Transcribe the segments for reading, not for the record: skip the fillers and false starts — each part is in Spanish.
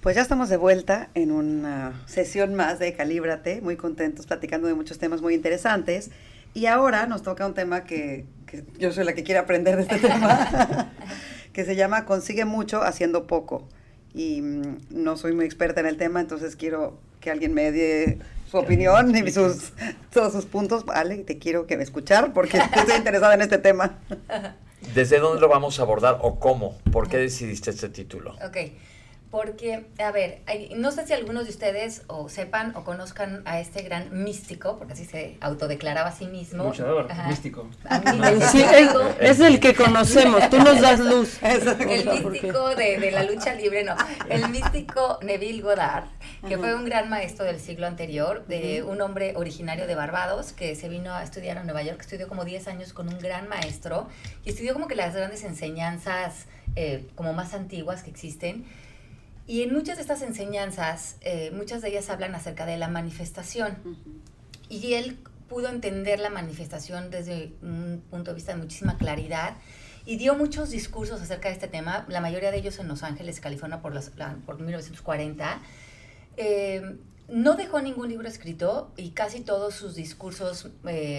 Pues ya estamos de vuelta en una sesión más de Calíbrate, muy contentos, platicando de muchos temas muy interesantes. Y ahora nos toca un tema que yo soy la que quiere aprender de este tema, que se llama Consigue mucho haciendo poco. Y no soy muy experta en el tema, entonces quiero que alguien me dé su opinión y todos sus puntos. Ale, te quiero que me escuchar porque estoy interesada en este tema. ¿Desde dónde lo vamos a abordar o cómo? ¿Por qué decidiste este título? Ok, porque, a ver, no sé si algunos de ustedes o sepan o conozcan a este gran místico, porque así se autodeclaraba a sí mismo. Luchador, místico. Sí, es el que conocemos, tú nos das luz. El místico de la lucha libre, no. El místico Neville Goddard, que fue un gran maestro del siglo anterior, un hombre originario de Barbados, que se vino a estudiar a Nueva York, estudió como 10 años con un gran maestro, y estudió como que las grandes enseñanzas como más antiguas que existen. Y en muchas de estas enseñanzas, muchas de ellas hablan acerca de la manifestación. Y él pudo entender la manifestación desde un punto de vista de muchísima claridad y dio muchos discursos acerca de este tema, la mayoría de ellos en Los Ángeles, California, por 1940. No dejó ningún libro escrito y casi todos sus discursos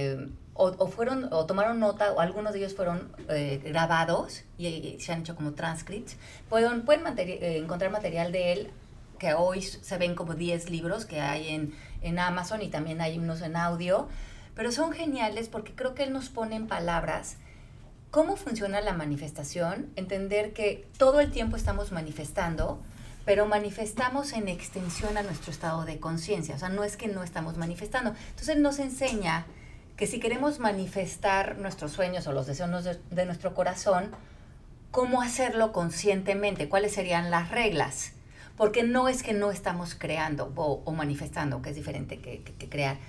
o tomaron nota, o algunos de ellos fueron grabados y se han hecho como transcripts. Pueden encontrar material de él, que hoy se ven como 10 libros que hay en Amazon, y también hay unos en audio, pero son geniales porque creo que él nos pone en palabras cómo funciona la manifestación, entender que todo el tiempo estamos manifestando, pero manifestamos en extensión a nuestro estado de conciencia, o sea, no es que no estamos manifestando. Entonces él nos enseña que si queremos manifestar nuestros sueños o los deseos de nuestro corazón, ¿cómo hacerlo conscientemente? ¿Cuáles serían las reglas? Porque no es que no estamos creando o manifestando, que es diferente que crear.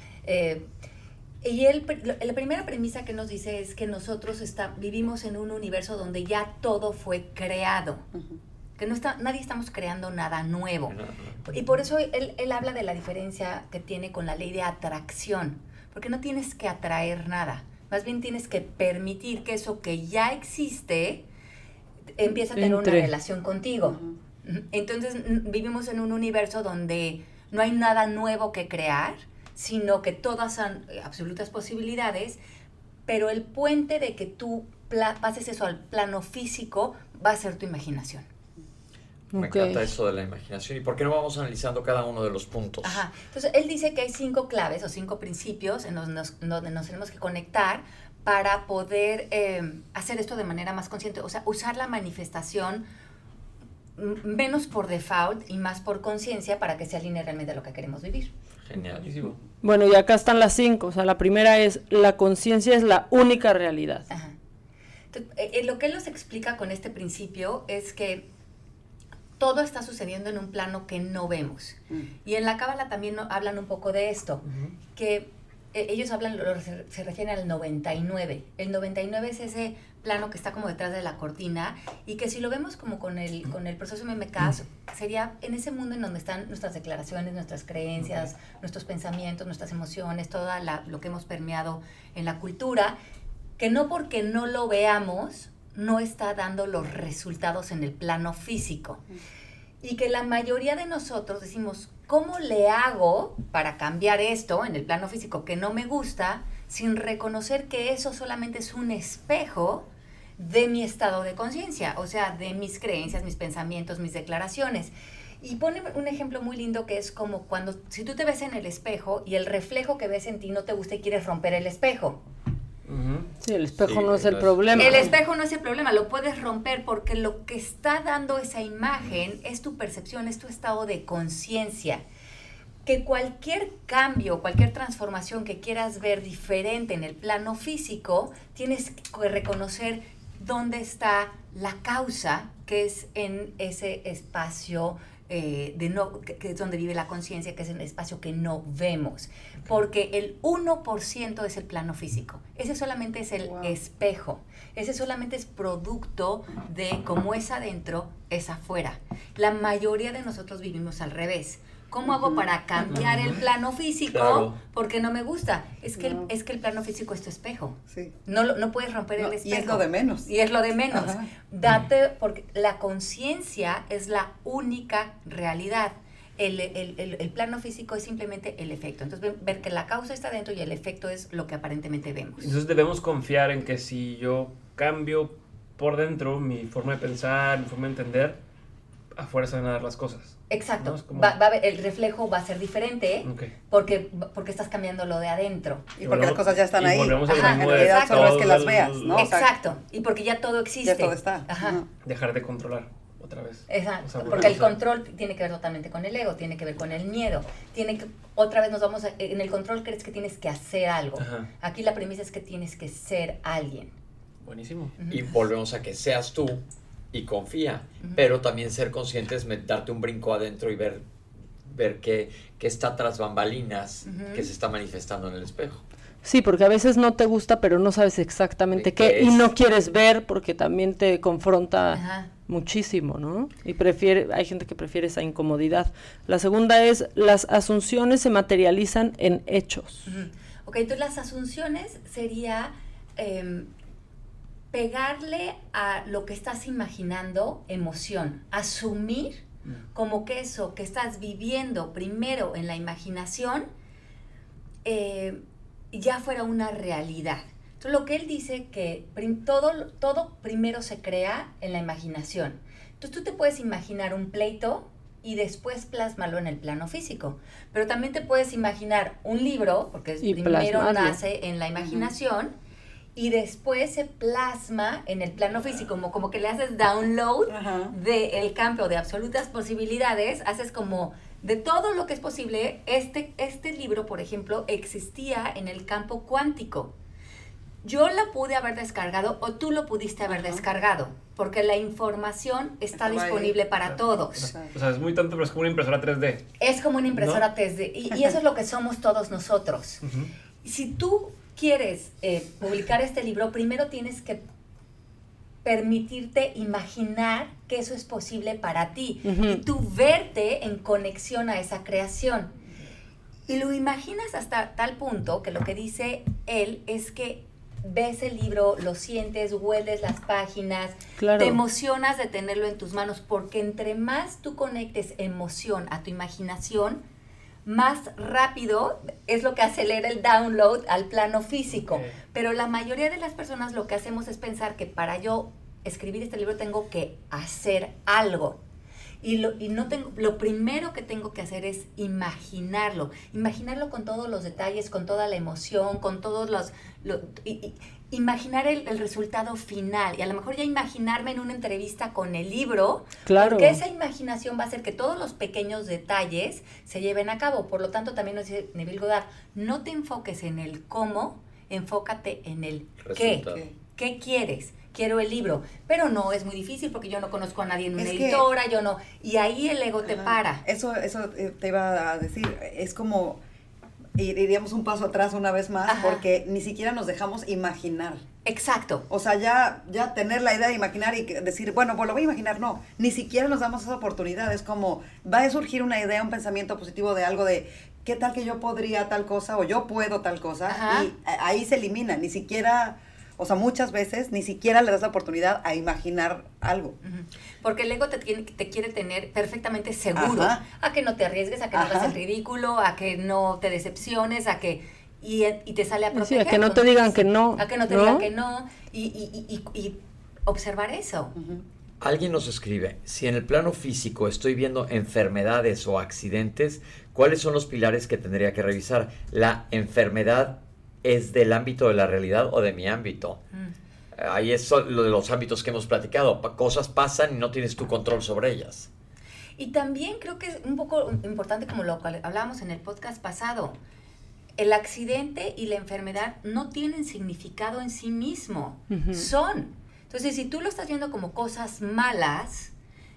Y la primera premisa que nos dice es que nosotros vivimos en un universo donde ya todo fue creado. Que nadie estamos creando nada nuevo. Y por eso él habla de la diferencia que tiene con la ley de atracción. Porque no tienes que atraer nada, más bien tienes que permitir que eso que ya existe empiece a tener una relación contigo. Entonces vivimos en un universo donde no hay nada nuevo que crear, sino que todas son absolutas posibilidades, pero el puente de que tú pases eso al plano físico va a ser tu imaginación. Me encanta eso de la imaginación. ¿Y por qué no vamos analizando cada uno de los puntos? Ajá. Entonces, él dice que hay 5 claves o 5 principios en donde nos tenemos que conectar para poder hacer esto de manera más consciente. O sea, usar la manifestación menos por default y más por conciencia para que se alinee realmente a lo que queremos vivir. Genialísimo. Bueno, y acá están las 5. O sea, la primera es, la conciencia es la única realidad. Ajá. Entonces, lo que él nos explica con este principio es que todo está sucediendo en un plano que no vemos. Y en la Cábala también hablan un poco de esto, que ellos se refieren al 99. El 99 es ese plano que está como detrás de la cortina, y que si lo vemos como con el proceso MMK, sería en ese mundo en donde están nuestras declaraciones, nuestras creencias, nuestros pensamientos, nuestras emociones, todo lo que hemos permeado en la cultura, que no porque no lo veamos no está dando los resultados en el plano físico. Y que la mayoría de nosotros decimos, ¿cómo le hago para cambiar esto en el plano físico que no me gusta, sin reconocer que eso solamente es un espejo de mi estado de conciencia, o sea, de mis creencias, mis pensamientos, mis declaraciones? Y pone un ejemplo muy lindo que es como si tú te ves en el espejo y el reflejo que ves en ti no te gusta y quieres romper el espejo. Sí, el espejo no es el problema. El espejo no es el problema, lo puedes romper porque lo que está dando esa imagen es tu percepción, es tu estado de conciencia. Que cualquier cambio, cualquier transformación que quieras ver diferente en el plano físico, tienes que reconocer dónde está la causa, que es en ese espacio que es donde vive la conciencia, que es el espacio que no vemos, porque el 1% es el plano físico, ese solamente es el espejo, ese solamente es producto de cómo es adentro, es afuera. La mayoría de nosotros vivimos al revés. ¿Cómo hago para cambiar el plano físico? Claro. Porque no me gusta. Es que el plano físico es tu espejo. Sí. No puedes romper el espejo. Y es lo de menos. Y es lo de menos. Ajá. Porque la conciencia es la única realidad. El plano físico es simplemente el efecto. Entonces, ver que la causa está dentro y el efecto es lo que aparentemente vemos. Entonces debemos confiar en que si yo cambio por dentro mi forma de pensar, mi forma de entender, afuera se van a dar las cosas. Exacto. ¿No? Es como... el reflejo va a ser diferente Okay. porque estás cambiando lo de adentro. Y porque las cosas ya están ahí. Volvemos Ajá, al En mismo de realidad solo es que las todo veas, ¿no? Exacto. Y porque ya todo existe. Ya todo está. Ajá. Ajá. Dejar de controlar otra vez. Exacto, O sea, porque el o sea, control tiene que ver totalmente con el ego, tiene que ver con el miedo, otra vez en el control crees que tienes que hacer algo. Ajá. Aquí la premisa es que tienes que ser alguien. Buenísimo. Y volvemos a que seas tú y confía, pero también ser consciente es darte un brinco adentro y ver qué está tras bambalinas que se está manifestando en el espejo. Sí, porque a veces no te gusta, pero no sabes exactamente qué, y no quieres ver porque también te confronta muchísimo, ¿no? Y hay gente que prefiere esa incomodidad. La segunda es, las asunciones se materializan en hechos. Ok, entonces las asunciones sería pegarle a lo que estás imaginando emoción, asumir como que eso que estás viviendo primero en la imaginación ya fuera una realidad. Entonces lo que él dice que todo primero se crea en la imaginación. Entonces tú te puedes imaginar un pleito y después plasmarlo en el plano físico. Pero también te puedes imaginar un libro, porque primero nace en la imaginación y después se plasma en el plano físico, como que le haces download del campo de absolutas posibilidades, haces como de todo lo que es posible. Este libro, por ejemplo, existía en el campo cuántico. Yo la pude haber descargado o tú lo pudiste haber descargado, porque la información está disponible para todos. O sea, es muy tanto, pero es como una impresora 3D. Es como una impresora 3D, y eso es lo que somos todos nosotros. Si tú quieres publicar este libro, primero tienes que permitirte imaginar que eso es posible para ti y tú verte en conexión a esa creación. Y lo imaginas hasta tal punto que lo que dice él es que ves el libro, lo sientes, hueles las páginas, te emocionas de tenerlo en tus manos, porque entre más tú conectes emoción a tu imaginación, más rápido es lo que acelera el download al plano físico. Okay. Pero la mayoría de las personas lo que hacemos es pensar que para yo escribir este libro tengo que hacer algo. Y lo primero que tengo que hacer es imaginarlo con todos los detalles, con toda la emoción, con todos imaginar el resultado final, y a lo mejor ya imaginarme en una entrevista con el libro, porque esa imaginación va a hacer que todos los pequeños detalles se lleven a cabo. Por lo tanto, también nos dice Neville Goddard, no te enfoques en el cómo, enfócate en el qué. ¿Qué quieres? Quiero el libro, pero no, es muy difícil porque yo no conozco a nadie en una editora, y ahí el ego te para. Eso te iba a decir, es como, iríamos un paso atrás una vez más, porque ni siquiera nos dejamos imaginar. Exacto. O sea, ya tener la idea de imaginar y decir, bueno, pues lo voy a imaginar, no, ni siquiera nos damos esa oportunidad. Es como, va a surgir una idea, un pensamiento positivo de algo de, ¿qué tal que yo podría tal cosa o yo puedo tal cosa? Y ahí se elimina, ni siquiera... O sea, muchas veces ni siquiera le das la oportunidad a imaginar algo. Porque el ego te quiere tener perfectamente seguro. A que no te arriesgues, a que no hagas el ridículo, a que no te decepciones, y te sale a proteger. Sí, a que no te digan que no. A que no te digan que no. Y observar eso. Alguien nos escribe, si en el plano físico estoy viendo enfermedades o accidentes, ¿cuáles son los pilares que tendría que revisar? La enfermedad es del ámbito de la realidad o de mi ámbito. Ahí es lo de los ámbitos que hemos platicado. Cosas pasan y no tienes tu control sobre ellas. Y también creo que es un poco importante, como lo que hablábamos en el podcast pasado, el accidente y la enfermedad no tienen significado en sí mismo. Son. Entonces, si tú lo estás viendo como cosas malas,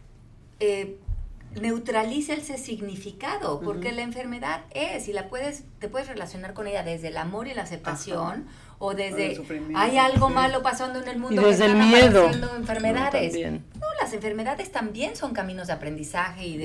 neutraliza ese significado, porque la enfermedad es, y te puedes relacionar con ella desde el amor y la aceptación, o desde hay algo malo pasando en el mundo, y desde el miedo, enfermedades. No, las enfermedades también son caminos de aprendizaje y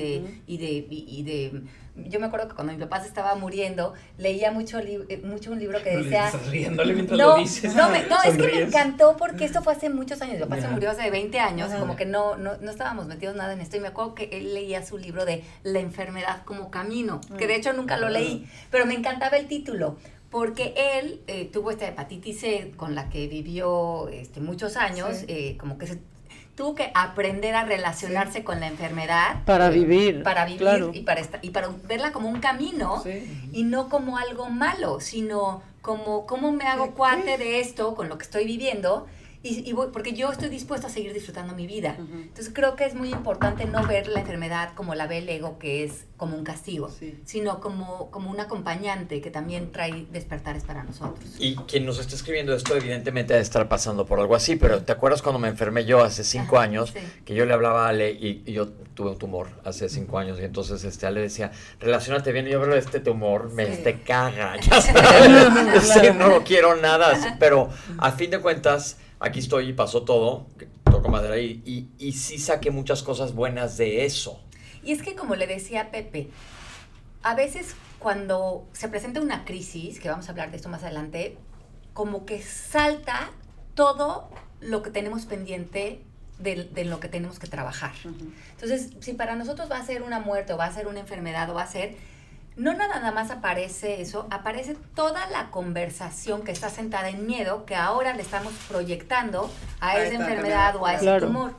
de yo me acuerdo que cuando mi papá se estaba muriendo, leía mucho un libro que decía... Estás riéndole mientras lo dices. No, es que me encantó porque esto fue hace muchos años. Mi papá se murió hace 20 años, como que no estábamos metidos nada en esto. Y me acuerdo que él leía su libro de La enfermedad como camino, que de hecho nunca lo leí, pero me encantaba el título. Porque él tuvo esta hepatitis C con la que vivió muchos años, como que tuvo que aprender a relacionarse con la enfermedad. Para vivir. Claro. y para verla como un camino y no como algo malo, sino como cómo me hago cuate de esto con lo que estoy viviendo y voy, porque yo estoy dispuesta a seguir disfrutando mi vida. Entonces creo que es muy importante no ver la enfermedad como la ve el ego, que es como un castigo, sino como un acompañante que también trae despertares para nosotros. Y quien nos está escribiendo esto evidentemente debe estar pasando por algo así, pero ¿te acuerdas cuando me enfermé yo hace 5 años? Que yo le hablaba a Ale y yo tuve un tumor hace 5 años y entonces Ale decía, relaciónate bien, y yo veo este tumor, te caga, ya sabes, no lo quiero nada, pero a fin de cuentas aquí estoy y pasó todo, toco madera y sí saqué muchas cosas buenas de eso. Y es que como le decía Pepe, a veces cuando se presenta una crisis, que vamos a hablar de esto más adelante, como que salta todo lo que tenemos pendiente de lo que tenemos que trabajar. Entonces, si para nosotros va a ser una muerte o va a ser una enfermedad o va a ser... No nada más aparece eso, aparece toda la conversación que está sentada en miedo, que ahora le estamos proyectando a esa enfermedad o a ese tumor.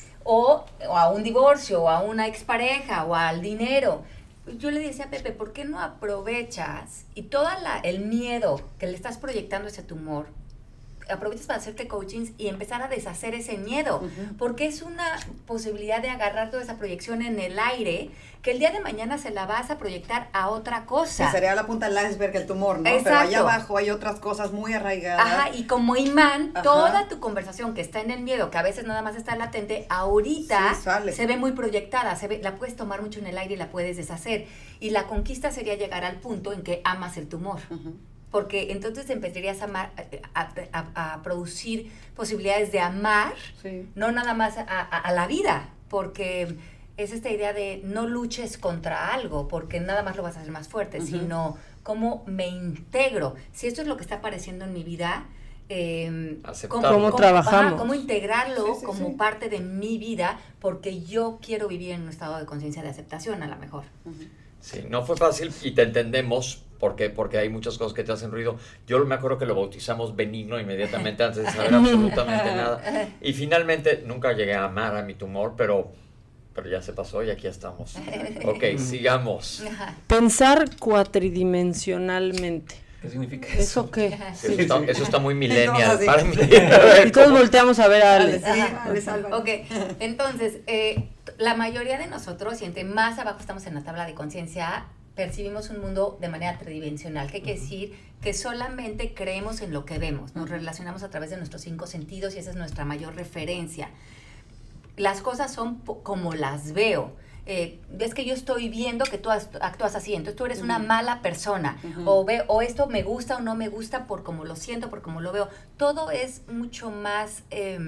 O a un divorcio, o a una expareja, o al dinero. Yo le decía a Pepe, ¿por qué no aprovechas y todo el miedo que le estás proyectando a ese tumor, aprovechas para hacerte coachings y empezar a deshacer ese miedo? Porque es una posibilidad de agarrar toda esa proyección en el aire, que el día de mañana se la vas a proyectar a otra cosa. Que sería la punta del iceberg el tumor, ¿no? Exacto. Pero allá abajo hay otras cosas muy arraigadas. Ajá, y como imán, toda tu conversación que está en el miedo, que a veces nada más está latente, ahorita se ve muy proyectada, la puedes tomar mucho en el aire y la puedes deshacer. Y la conquista sería llegar al punto en que amas el tumor. Porque entonces empezarías a producir posibilidades de amar, no nada más a la vida, porque es esta idea de no luches contra algo, porque nada más lo vas a hacer más fuerte, sino cómo me integro. Si esto es lo que está apareciendo en mi vida, ¿Cómo trabajamos? Cómo integrarlo como parte de mi vida, porque yo quiero vivir en un estado de conciencia de aceptación, a lo mejor. Sí, no fue fácil y te entendemos porque hay muchas cosas que te hacen ruido. Yo me acuerdo que lo bautizamos benigno inmediatamente antes de saber absolutamente nada. Y finalmente nunca llegué a amar a mi tumor, pero ya se pasó y aquí estamos. Ok, sigamos. Pensar cuatridimensionalmente. ¿Qué significa eso? ¿Eso qué? Eso está muy millennial para mí. Y todos volteamos a ver a Ale. Ok, entonces, la mayoría de nosotros, y entre más abajo estamos en la tabla de conciencia, percibimos un mundo de manera tridimensional. ¿Qué quiere decir? Que solamente creemos en lo que vemos. Nos relacionamos a través de nuestros 5 sentidos y esa es nuestra mayor referencia. Las cosas son como las veo. Es que yo estoy viendo que tú actúas así, entonces tú eres una mala persona, o esto me gusta o no me gusta por cómo lo siento, por cómo lo veo. Todo es mucho más,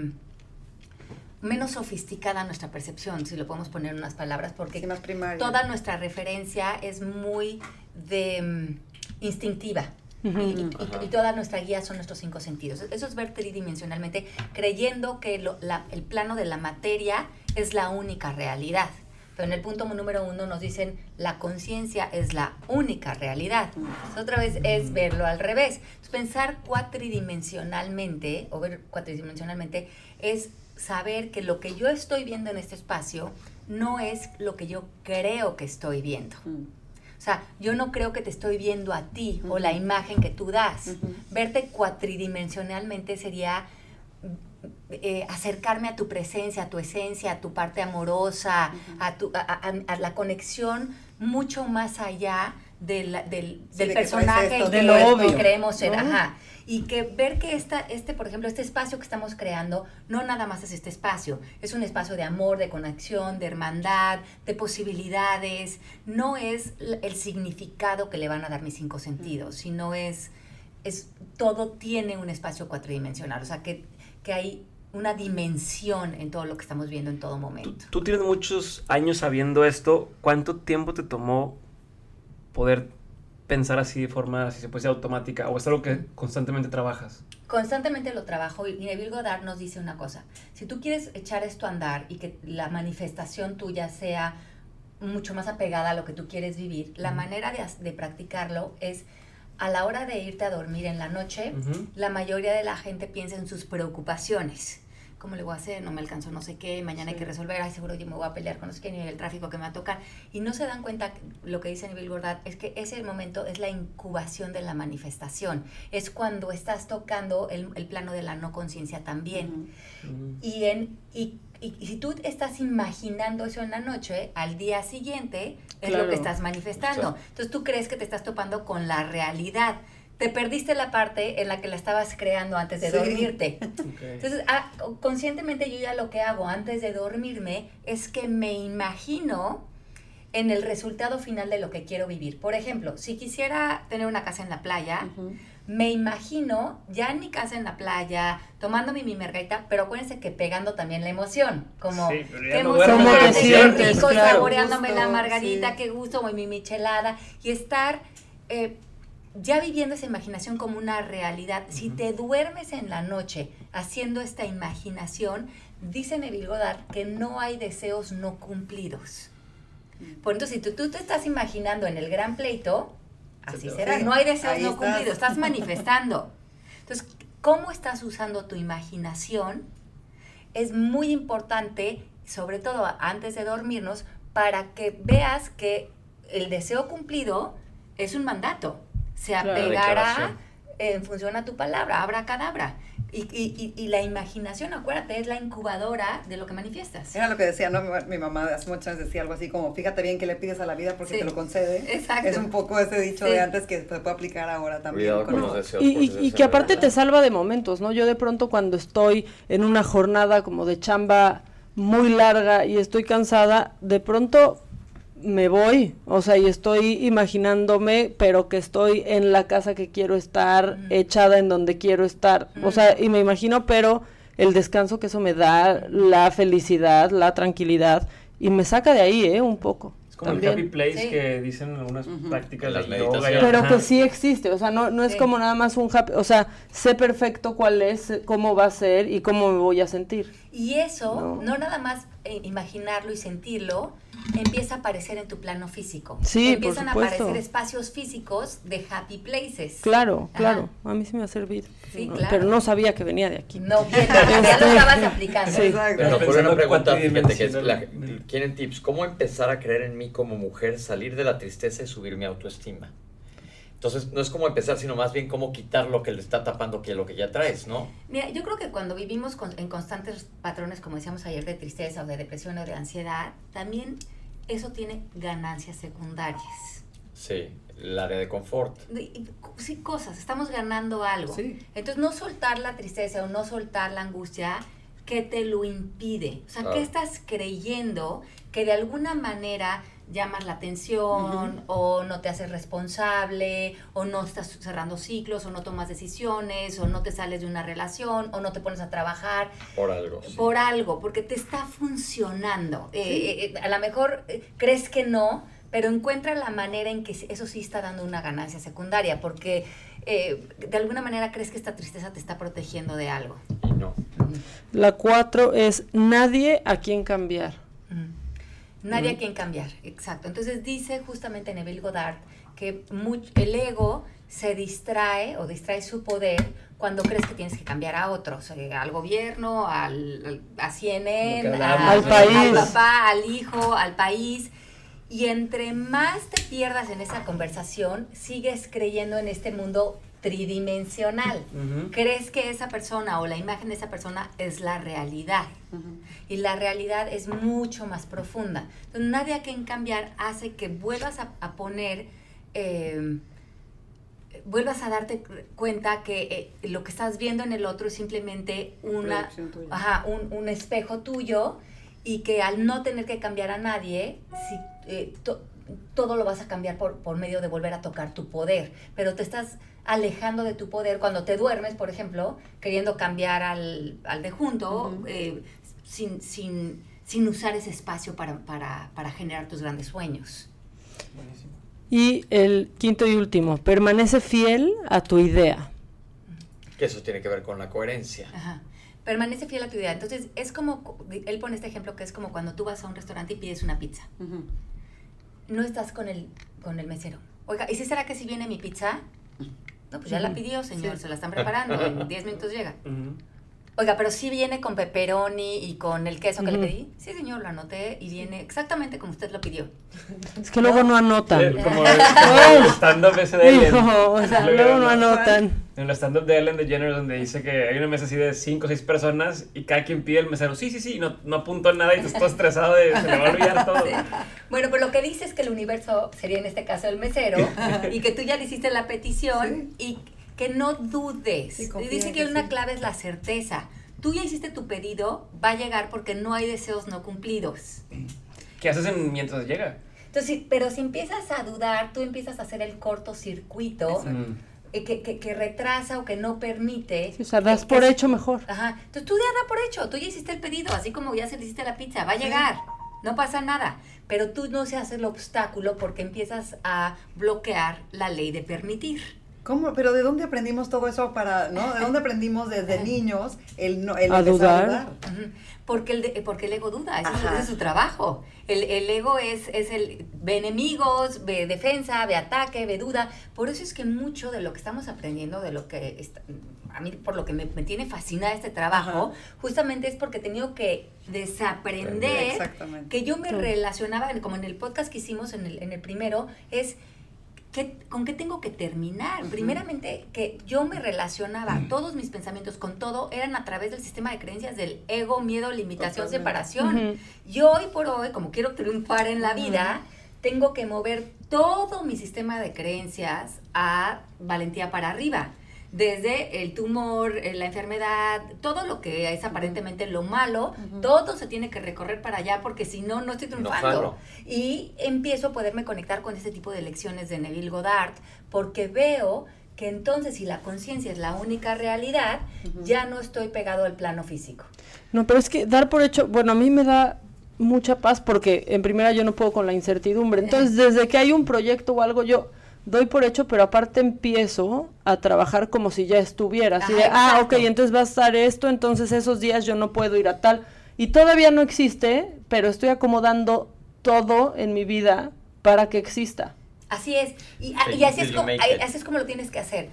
menos sofisticada nuestra percepción, si lo podemos poner en unas palabras, porque más primaria. Toda nuestra referencia es muy instintiva. Y toda nuestra guía son nuestros 5 sentidos. Eso es ver tridimensionalmente, creyendo que el plano de la materia es la única realidad. Pero en el punto número 1 nos dicen, la conciencia es la única realidad. Entonces, otra vez es verlo al revés. Entonces, pensar cuatridimensionalmente, o ver cuatridimensionalmente, es saber que lo que yo estoy viendo en este espacio no es lo que yo creo que estoy viendo. O sea, yo no creo que te estoy viendo a ti o la imagen que tú das. Verte cuatridimensionalmente sería acercarme a tu presencia, a tu esencia, a tu parte amorosa, a la conexión mucho más allá del personaje de lo obvio que creemos ser. Y que ver que por ejemplo, este espacio que estamos creando, no nada más es este espacio, es un espacio de amor, de conexión, de hermandad, de posibilidades. No es el significado que le van a dar mis 5 sentidos, sino todo tiene un espacio cuatridimensional. O sea, que hay una dimensión en todo lo que estamos viendo en todo momento. Tú tienes muchos años sabiendo esto. ¿Cuánto tiempo te tomó poder pensar así de forma, si se puede decir, automática? ¿O es algo que constantemente trabajas? Constantemente lo trabajo, y Neville Goddard nos dice una cosa: si tú quieres echar esto a andar y que la manifestación tuya sea mucho más apegada a lo que tú quieres vivir, la manera de practicarlo es a la hora de irte a dormir en la noche. La mayoría de la gente piensa en sus preocupaciones. ¿Cómo le voy a hacer? No me alcanzó no sé qué, mañana hay que resolver, ay, seguro yo me voy a pelear con no sé qué, ni el tráfico que me va a tocar. Y no se dan cuenta, lo que dice Neville Goddard, es que ese momento es la incubación de la manifestación. Es cuando estás tocando el plano de la no conciencia también. Y si tú estás imaginando eso en la noche, al día siguiente es lo que estás manifestando. Exacto. Entonces tú crees que te estás topando con la realidad. Te perdiste la parte en la que la estabas creando antes de dormirte. Okay. Entonces, conscientemente yo ya lo que hago antes de dormirme es que me imagino en el resultado final de lo que quiero vivir. Por ejemplo, si quisiera tener una casa en la playa, me imagino ya en mi casa en la playa, tomándome mi margarita, pero acuérdense que pegando también la emoción. Como, qué emoción, qué rico, claro, saboreándome gusto, la margarita, qué gusto, mi michelada, y estar... ya viviendo esa imaginación como una realidad. Si te duermes en la noche haciendo esta imaginación, dice Neville Goddard que no hay deseos no cumplidos. Por entonces, si tú te estás imaginando en el gran pleito, así será. No hay deseos no cumplidos, estás manifestando. Entonces, ¿cómo estás usando tu imaginación? Es muy importante, sobre todo antes de dormirnos, para que veas que el deseo cumplido es un mandato. Se apegará en función a tu palabra, abracadabra. Y la imaginación, acuérdate, es la incubadora de lo que manifiestas. Era lo que decía, ¿no? Mi mamá hace muchas veces decía algo así como, fíjate bien que le pides a la vida porque te lo concede. Exacto. Es un poco ese dicho de antes que se puede aplicar ahora también. Cuidado con los deseos. Y que aparte te salva de momentos, ¿no? Yo de pronto cuando estoy en una jornada como de chamba muy larga y estoy cansada, de pronto... me voy, o sea, y estoy imaginándome, pero que estoy en la casa que quiero estar, echada en donde quiero estar, o sea, y me imagino, pero el descanso que eso me da, la felicidad, la tranquilidad, y me saca de ahí, un poco. Es como también. El happy place que dicen en algunas prácticas de yoga. Pero que sí existe, o sea, no es como nada más un happy, o sea, sé perfecto cuál es, cómo va a ser y cómo me voy a sentir. Y eso, no nada más imaginarlo y sentirlo, empieza a aparecer en tu plano físico. Sí, empiezan a aparecer espacios físicos de happy places. Claro, claro. A mí sí me ha servido. Sí, claro. Pero no sabía que venía de aquí. No, bien, ya lo estabas aplicando. Sí, pero por una pregunta, fíjate que quieren tips. ¿Cómo empezar a creer en mí como mujer, salir de la tristeza y subir mi autoestima? Entonces, no es como empezar, sino más bien cómo quitar lo que le está tapando que lo que ya traes, ¿no? Mira, yo creo que cuando vivimos en constantes patrones, como decíamos ayer, de tristeza o de depresión o de ansiedad, también eso tiene ganancias secundarias. Sí, el área de confort. Sí, cosas, estamos ganando algo. Sí. Entonces, no soltar la tristeza o no soltar la angustia, ¿qué te lo impide? O sea, ¿qué estás creyendo que de alguna manera llamas la atención o no te haces responsable o no estás cerrando ciclos o no tomas decisiones o no te sales de una relación o no te pones a trabajar? Por algo. Sí. Por algo, porque te está funcionando. A lo mejor crees que no, pero encuentra la manera en que eso sí está dando una ganancia secundaria, porque de alguna manera crees que esta tristeza te está protegiendo de algo. Y no. La 4 es nadie a quien cambiar. Nadie a quien cambiar, exacto. Entonces dice justamente Neville Goddard que el ego se distrae o distrae su poder cuando crees que tienes que cambiar a otros, al gobierno, a CNN, al país, al papá, al hijo, al país. Y entre más te pierdas en esa conversación, sigues creyendo en este mundo tridimensional. Crees que esa persona o la imagen de esa persona es la realidad. Y la realidad es mucho más profunda. Entonces, nadie a quien cambiar hace que vuelvas a poner, vuelvas a darte cuenta que lo que estás viendo en el otro es simplemente un espejo tuyo, y que al no tener que cambiar a nadie, todo lo vas a cambiar por medio de volver a tocar tu poder, pero te estás alejando de tu poder cuando te duermes, por ejemplo, queriendo cambiar al de junto, sin usar ese espacio para generar tus grandes sueños. Buenísimo. Y el quinto y último, permanece fiel a tu idea. Que eso tiene que ver con la coherencia. Ajá. Permanece fiel a tu idea. Entonces, es como, él pone este ejemplo que es como cuando tú vas a un restaurante y pides una pizza. No estás con el mesero. Oiga, ¿y si será que si viene mi pizza? No, pues ya la pidió, señor, se la están preparando, en 10 minutos llega. Oiga, pero sí viene con pepperoni y con el queso que le pedí. Sí, señor, lo anoté y viene exactamente como usted lo pidió. Es que luego no anotan. Como el stand-up ese de Ellen. Hijo, o sea, luego no anotan. En el stand-up de Ellen DeGeneres, donde dice que hay una mesa así de 5 o 6 personas y cada quien pide el mesero. Sí, no apuntó nada y tú estás estresado de se le va a olvidar todo. Sí. Bueno, pues lo que dice es que el universo sería en este caso el mesero y que tú ya le hiciste la petición y que no dudes. Sí, dice que una clave es la certeza. Tú ya hiciste tu pedido, va a llegar porque no hay deseos no cumplidos. ¿Qué haces mientras llega? Entonces, pero si empiezas a dudar, tú empiezas a hacer el cortocircuito que retrasa o que no permite. Sí, o sea, das por hecho mejor. Ajá. Entonces tú ya da por hecho, tú ya hiciste el pedido, así como ya se le hiciste la pizza, va a llegar, no pasa nada. Pero tú no se hace el obstáculo porque empiezas a bloquear la ley de permitir. ¿Cómo? ¿Pero de dónde aprendimos todo eso ¿no? ¿De dónde aprendimos desde niños el a dudar? Porque el ego duda, ese es su trabajo. El ego es el ve enemigos, ve defensa, ve ataque, ve duda. Por eso es que mucho de lo que estamos aprendiendo, de lo que a mí por lo que me tiene fascinada este trabajo, justamente es porque he tenido que desaprender que yo me relacionaba, como en el podcast que hicimos en el primero, es ¿con qué tengo que terminar? Primeramente, que yo me relacionaba, todos mis pensamientos con todo eran a través del sistema de creencias del ego, miedo, limitación, separación. Y hoy por hoy, como quiero triunfar en la vida, tengo que mover todo mi sistema de creencias a valentía para arriba. Desde el tumor, la enfermedad, todo lo que es aparentemente lo malo, todo se tiene que recorrer para allá porque si no, no estoy triunfando. Y empiezo a poderme conectar con este tipo de lecciones de Neville Goddard porque veo que entonces si la conciencia es la única realidad, ya no estoy pegado al plano físico. No, pero es que dar por hecho, bueno, a mí me da mucha paz porque en primera yo no puedo con la incertidumbre. Entonces, desde que hay un proyecto o algo, yo doy por hecho, pero aparte empiezo a trabajar como si ya estuviera, así de, ok, entonces va a estar esto, entonces esos días yo no puedo ir a tal, y todavía no existe, pero estoy acomodando todo en mi vida para que exista. Así es, y así es como lo tienes que hacer,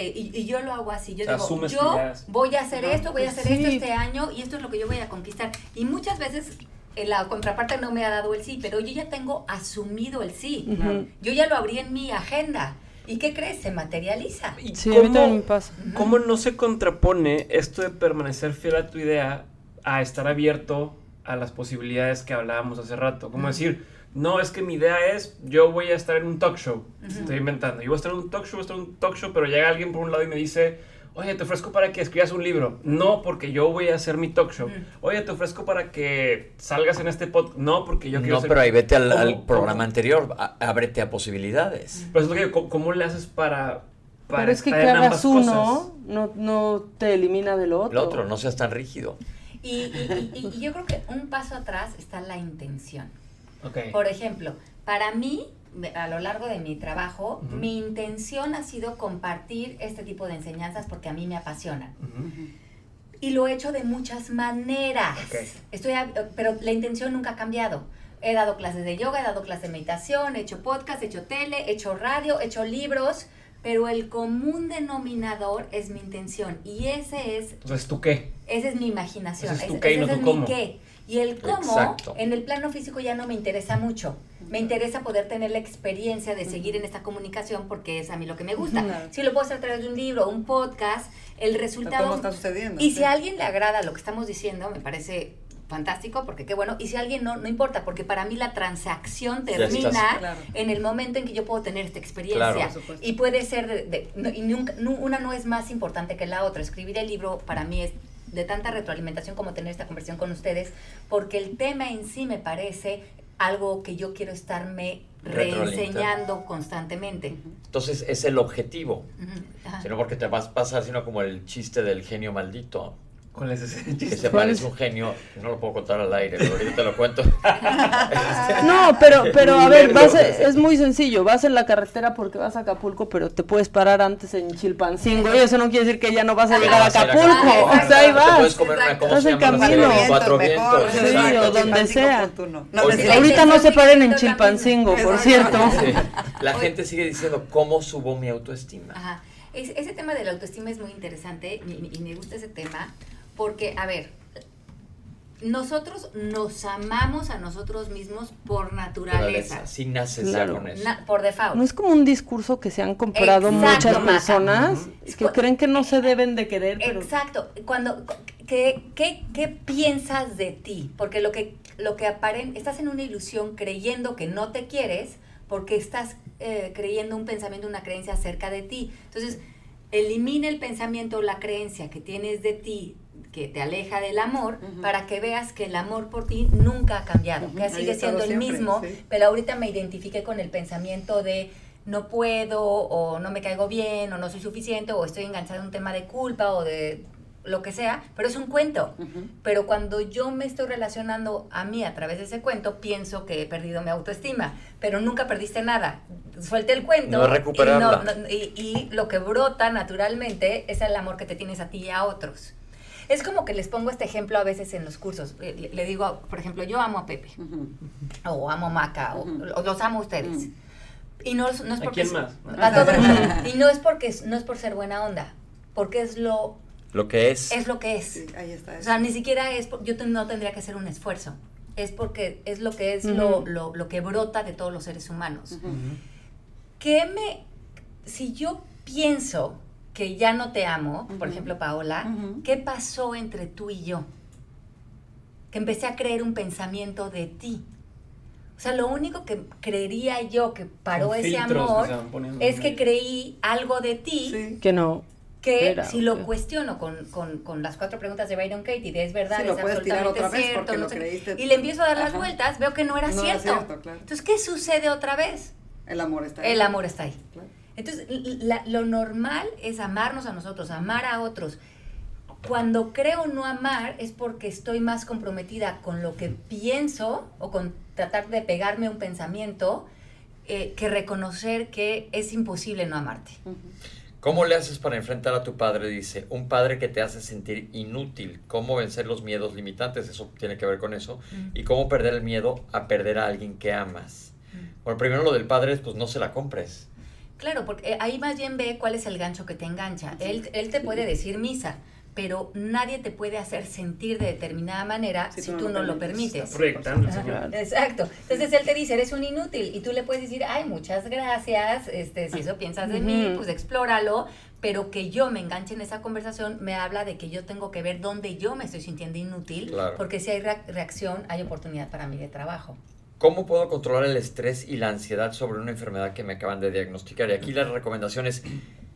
y yo lo hago así, yo digo, yo voy a hacer esto, voy a hacer esto este año, y esto es lo que yo voy a conquistar, y muchas veces la contraparte no me ha dado el sí, pero yo ya tengo asumido el sí. Yo ya lo abrí en mi agenda. ¿Y qué crees? Se materializa. ¿Y sí, a mí también me pasa. ¿Cómo no se contrapone esto de permanecer fiel a tu idea a estar abierto a las posibilidades que hablábamos hace rato? Como decir, no, es que mi idea es, yo voy a estar en un talk show. Estoy inventando. Yo voy a estar en un talk show, pero llega alguien por un lado y me dice, oye, te ofrezco para que escribas un libro. No, porque yo voy a hacer mi talk show. Oye, te ofrezco para que salgas en este podcast. No, porque yo quiero hacer... No, pero ahí vete al programa anterior. Ábrete a posibilidades. Pues es que, ¿cómo le haces para pero es que hagas uno no te elimina del otro. El otro, no seas tan rígido. Y yo creo que un paso atrás está la intención. Okay. Por ejemplo, para mí, a lo largo de mi trabajo, mi intención ha sido compartir este tipo de enseñanzas porque a mí me apasionan. Y lo he hecho de muchas maneras. Pero la intención nunca ha cambiado. He dado clases de yoga, he dado clases de meditación, he hecho podcast, he hecho tele, he hecho radio, he hecho libros, pero el común denominador es mi intención. Y ese es... Entonces, ¿tú qué? Esa es mi imaginación. Ese es tu qué y no tu cómo. Mi qué. Y el cómo, en el plano físico ya no me interesa mucho. Me interesa poder tener la experiencia de seguir en esta comunicación porque es a mí lo que me gusta. Si lo puedo hacer a través de un libro, un podcast, el resultado... ¿Cómo está sucediendo? Y si a alguien le agrada lo que estamos diciendo, me parece fantástico, porque qué bueno. Y si a alguien no importa, porque para mí la transacción termina en el momento en que yo puedo tener esta experiencia. Y puede ser, una no es más importante que la otra. Escribir el libro para mí es de tanta retroalimentación como tener esta conversación con ustedes, porque el tema en sí me parece algo que yo quiero estarme reenseñando constantemente. Entonces es el objetivo, Ajá. sino porque te vas a pasar, sino como el chiste del genio maldito. ¿Cuál es ese chiste? Que se parece un genio, no lo puedo contar al aire, pero ahorita te lo cuento. No, pero a ver, es muy sencillo, vas en la carretera porque vas a Acapulco, pero te puedes parar antes en Chilpancingo, y eso no quiere decir que ya no vas a llegar a Acapulco, o sea, ahí vas. Te puedes comer una, ¿cómo Estás se en llama? camino. Cuatro vientos. Sí, exacto. o donde sea. Oye, Ahorita no se paren en Chilpancingo, por cierto. Sí. La gente sigue diciendo, ¿cómo subo mi autoestima? Ajá. Ese tema de la autoestima es muy interesante y me gusta ese tema porque, a ver, nosotros nos amamos a nosotros mismos por naturaleza. Sí naces Claro. ya con eso. Por default. No es como un discurso que se han comprado Exacto, muchas Maca. personas que creen que no se deben de querer, pero Exacto. ¿Qué piensas de ti? Porque lo que estás en una ilusión creyendo que no te quieres porque estás creyendo un pensamiento, una creencia acerca de ti. Entonces, elimina el pensamiento o la creencia que tienes de ti que te aleja del amor, para que veas que el amor por ti nunca ha cambiado, que sigue siendo el mismo, sí. Pero ahorita me identifiqué con el pensamiento de no puedo, o no me caigo bien, o no soy suficiente, o estoy enganchada en un tema de culpa, o de lo que sea, pero es un cuento. Pero cuando yo me estoy relacionando a mí a través de ese cuento, pienso que he perdido mi autoestima, pero nunca perdiste nada. Suelte el cuento. No recuperarla. Y lo que brota naturalmente es el amor que te tienes a ti y a otros. Es como que les pongo este ejemplo a veces en los cursos. Le digo, por ejemplo, yo amo a Pepe, o amo a Maca, o los amo a ustedes. Y no es porque... ¿A quién más? A todos. Y no es por ser buena onda, porque es lo que es. Es lo que es. Sí, ahí está. O sea, ni siquiera es... Yo no tendría que hacer un esfuerzo. Es porque es lo que es lo que brota de todos los seres humanos. Si yo pienso que ya no te amo, por ejemplo, Paola, ¿qué pasó entre tú y yo? Que empecé a creer un pensamiento de ti. O sea, lo único que creería yo que paró ese amor es que creí algo de ti. Sí. Que no. Que si lo cuestiono con las 4 preguntas de Byron Katie, de es verdad, sí, es absolutamente cierto, no sé, y le empiezo a dar las vueltas, veo que no era cierto. Claro. Entonces, ¿qué sucede otra vez? El amor está ahí. El amor está ahí. Claro. Entonces, lo normal es amarnos a nosotros, amar a otros. Cuando creo no amar es porque estoy más comprometida con lo que pienso o con tratar de pegarme un pensamiento que reconocer que es imposible no amarte. ¿Cómo le haces para enfrentar a tu padre? Dice, un padre que te hace sentir inútil. ¿Cómo vencer los miedos limitantes? Eso tiene que ver con eso. Y cómo perder el miedo a perder a alguien que amas. Bueno, primero lo del padre es, pues no se la compres. Claro, porque ahí más bien ve cuál es el gancho que te engancha. Él te puede decir misa, pero nadie te puede hacer sentir de determinada manera si tú no lo permites. Está proyectando, señor. Exacto. Entonces él te dice, eres un inútil, y tú le puedes decir, ay, muchas gracias, si eso piensas de mí, pues explóralo, pero que yo me enganche en esa conversación me habla de que yo tengo que ver dónde yo me estoy sintiendo inútil, claro. Porque si hay reacción, hay oportunidad para mí de trabajo. ¿Cómo puedo controlar el estrés y la ansiedad sobre una enfermedad que me acaban de diagnosticar? Y aquí la recomendación es,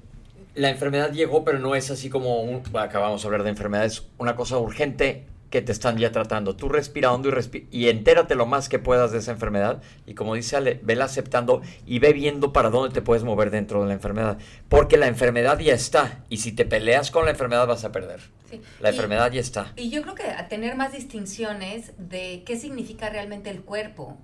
la enfermedad llegó, pero no es así como, acabamos de hablar de enfermedades, una cosa urgente que te están ya tratando. Tú respira hondo y entérate lo más que puedas de esa enfermedad. Y como dice Ale, vela aceptando y ve viendo para dónde te puedes mover dentro de la enfermedad. Porque la enfermedad ya está. Y si te peleas con la enfermedad vas a perder. Sí. La enfermedad ya está. Y yo creo que a tener más distinciones de qué significa realmente el cuerpo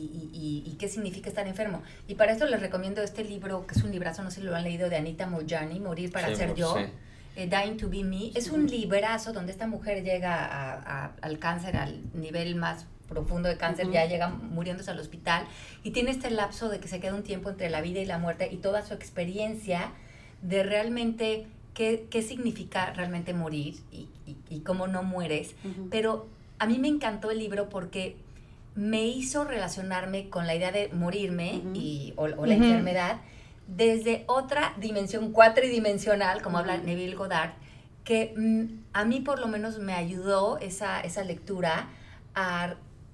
y qué significa estar enfermo. Y para esto les recomiendo este libro, que es un librazo, no sé si lo han leído, de Anita Moorjani, Morir para ser yo. Sí. Dying to be Me, es un librazo donde esta mujer llega al cáncer, al nivel más profundo de cáncer, ya llega muriéndose al hospital y tiene este lapso de que se queda un tiempo entre la vida y la muerte y toda su experiencia de realmente qué significa realmente morir y cómo no mueres. Pero a mí me encantó el libro porque me hizo relacionarme con la idea de morirme o la enfermedad desde otra dimensión cuatridimensional, como habla Neville Goddard, que a mí por lo menos me ayudó esa lectura a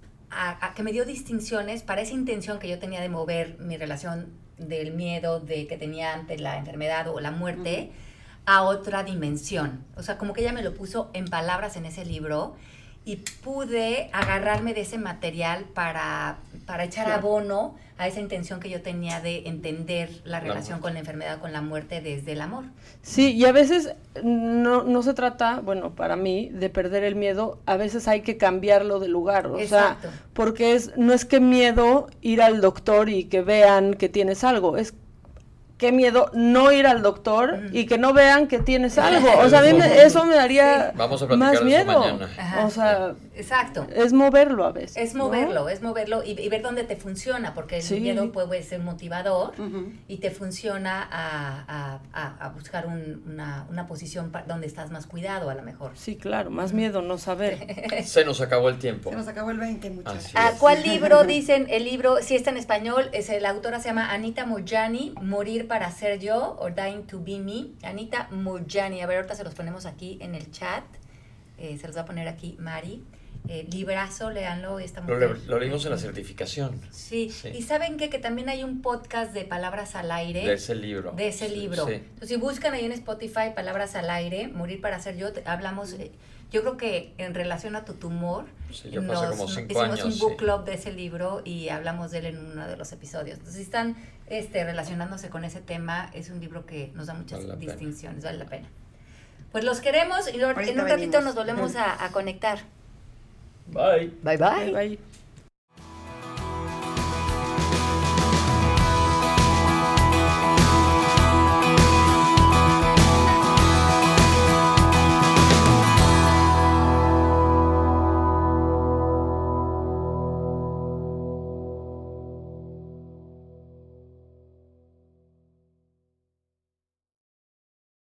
que me dio distinciones para esa intención que yo tenía de mover mi relación del miedo que tenía ante la enfermedad o la muerte a otra dimensión. O sea, como que ella me lo puso en palabras en ese libro y pude agarrarme de ese material para echar abono a esa intención que yo tenía de entender la relación con la enfermedad, con la muerte desde el amor. Sí, y a veces no se trata, bueno, para mí, de perder el miedo, a veces hay que cambiarlo de lugar, o Exacto. sea, porque no es que miedo ir al doctor y que vean que tienes algo, es qué miedo no ir al doctor y que no vean que tienes algo. O sea, a mí eso me daría más miedo. Ajá. O sea, exacto. Es moverlo a veces. Es moverlo, y ver dónde te funciona, porque el miedo puede ser motivador y te funciona a buscar una posición donde estás más cuidado a lo mejor. Sí, claro, más miedo no saber. Se nos acabó el tiempo. Se nos acabó el 20, muchachos. ¿Cuál libro? Dicen, el libro, si está en español, la autora se llama Anita Moorjani, Morir para ser yo, or Dying to be me. Anita Moorjani, a ver, ahorita se los ponemos aquí en el chat, se los va a poner aquí Mari. Librazo, léanlo, esta mujer. Lo leímos en la certificación. Sí. Y ¿saben qué? Que también hay un podcast de Palabras al Aire. De ese libro. Sí. Entonces, si buscan ahí en Spotify Palabras al Aire, Morir para ser yo, hablamos, yo creo que en relación a tu tumor, yo hace como 5 hicimos años, un book club de ese libro y hablamos de él en uno de los episodios. Entonces, si están relacionándose con ese tema, es un libro que nos da muchas distinciones, vale la pena. Pues los queremos y en un ratito nos volvemos a conectar. Bye. Bye, bye. Bye.